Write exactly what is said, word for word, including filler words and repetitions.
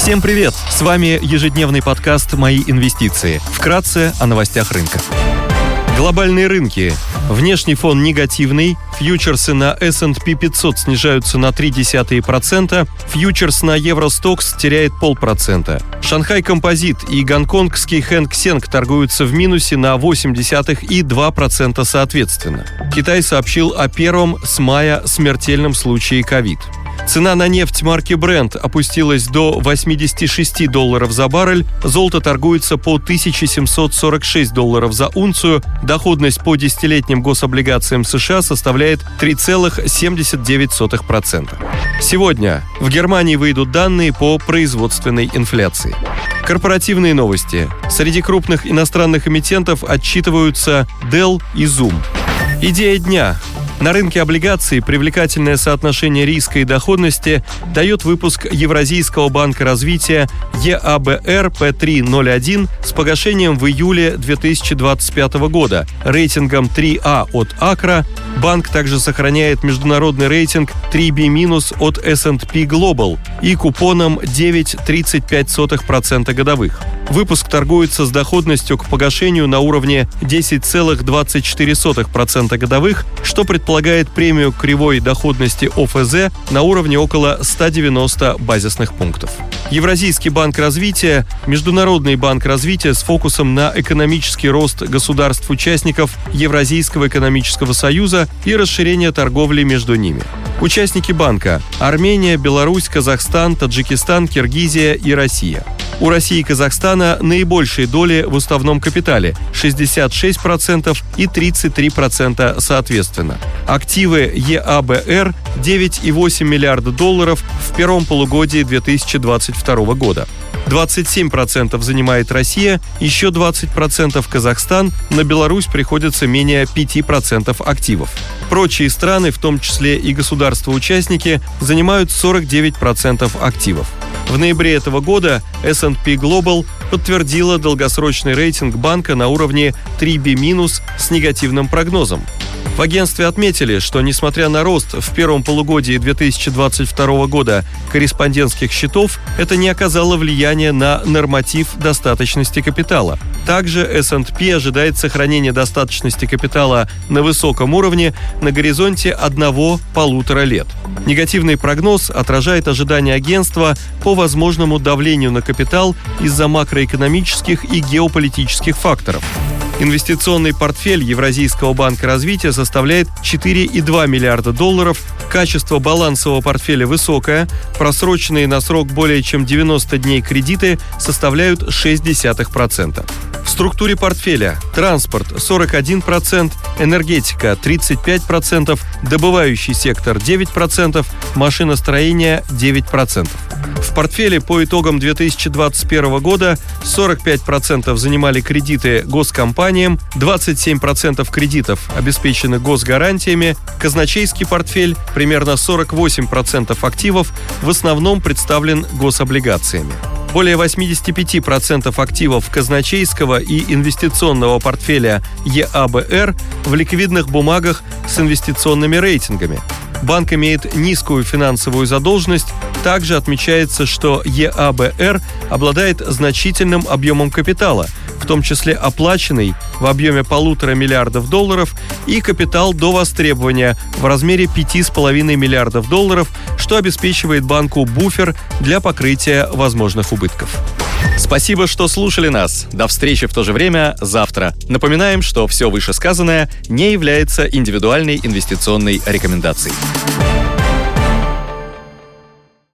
Всем привет! С вами ежедневный подкаст «Мои инвестиции». Вкратце о новостях рынка. Глобальные рынки. Внешний фон негативный. Фьючерсы на эс энд пи пятьсот снижаются на ноль целых три десятых процента. Фьючерс на Евростокс теряет полпроцента. Шанхай Композит и гонконгский Хэнк Сенг торгуются в минусе на восемь десятых и два процента соответственно. Китай сообщил о первом с мая смертельном случае ковид. Цена на нефть марки Brent опустилась до восемьдесят шесть долларов за баррель, золото торгуется по тысяча семьсот сорок шесть долларов за унцию, доходность по десятилетним гособлигациям США составляет три целых семьдесят девять сотых процента. Сегодня в Германии выйдут данные по производственной инфляции. Корпоративные новости. Среди крупных иностранных эмитентов отчитываются Dell и Zoom. Идея дня. На рынке облигаций привлекательное соотношение риска и доходности дает выпуск Евразийского банка развития и а бэ эр пэ три ноль один с погашением в июле две тысячи двадцать пятого года, рейтингом три а от Акра. Банк также сохраняет международный рейтинг три би минус от эс энд пи Global и купоном девять целых тридцать пять сотых процента годовых. Выпуск торгуется с доходностью к погашению на уровне десять целых двадцать четыре сотых процента годовых, что предполагает премию кривой доходности о эф зэ на уровне около ста девяноста базисных пунктов. Евразийский банк развития – международный банк развития с фокусом на экономический рост государств-участников Евразийского экономического союза и расширение торговли между ними. Участники банка – Армения, Беларусь, Казахстан, Таджикистан, Киргизия и Россия. У России и Казахстана наибольшие доли в уставном капитале – шестьдесят шесть процентов и тридцать три процента соответственно. Активы и а бэ эр – девять целых восемь десятых миллиарда долларов в первом полугодии две тысячи двадцать второго года. двадцать семь процентов занимает Россия, еще двадцать процентов Казахстан, на Беларусь приходится менее пяти процентов активов. Прочие страны, в том числе и государства-участники, занимают сорок девять процентов активов. В ноябре этого года эс энд пи Global подтвердила долгосрочный рейтинг банка на уровне три би минус с негативным прогнозом. В агентстве отметили, что несмотря на рост в первом полугодии две тысячи двадцать второго года корреспондентских счетов, это не оказало влияния на норматив достаточности капитала. Также эс энд пи ожидает сохранения достаточности капитала на высоком уровне на горизонте одного-полутора лет. Негативный прогноз отражает ожидания агентства по возможному давлению на капитал из-за макроэкономических и геополитических факторов. Инвестиционный портфель Евразийского банка развития составляет четыре целых два десятых миллиарда долларов, качество балансового портфеля высокое, просроченные на срок более чем девяносто дней кредиты составляют шесть десятых процента. В структуре портфеля транспорт – сорок один процент, энергетика – тридцать пять процентов, добывающий сектор – девять процентов, машиностроение – девять процентов. В портфеле по итогам две тысячи двадцать первого года сорок пять процентов занимали кредиты госкомпаниям, двадцать семь процентов кредитов обеспечены госгарантиями, казначейский портфель, примерно сорок восемь процентов активов, в основном представлен гособлигациями. Более восемьдесят пять процентов активов казначейского и инвестиционного портфеля и а бэ эр в ликвидных бумагах с инвестиционными рейтингами. Банк имеет низкую финансовую задолженность. Также отмечается, что и а бэ эр обладает значительным объемом капитала, в том числе оплаченный в объеме полутора миллиардов долларов и капитал до востребования в размере пяти с половиной миллиардов долларов, что обеспечивает банку буфер для покрытия возможных убытков. Спасибо, что слушали нас. До встречи в то же время завтра. Напоминаем, что все вышесказанное не является индивидуальной инвестиционной рекомендацией.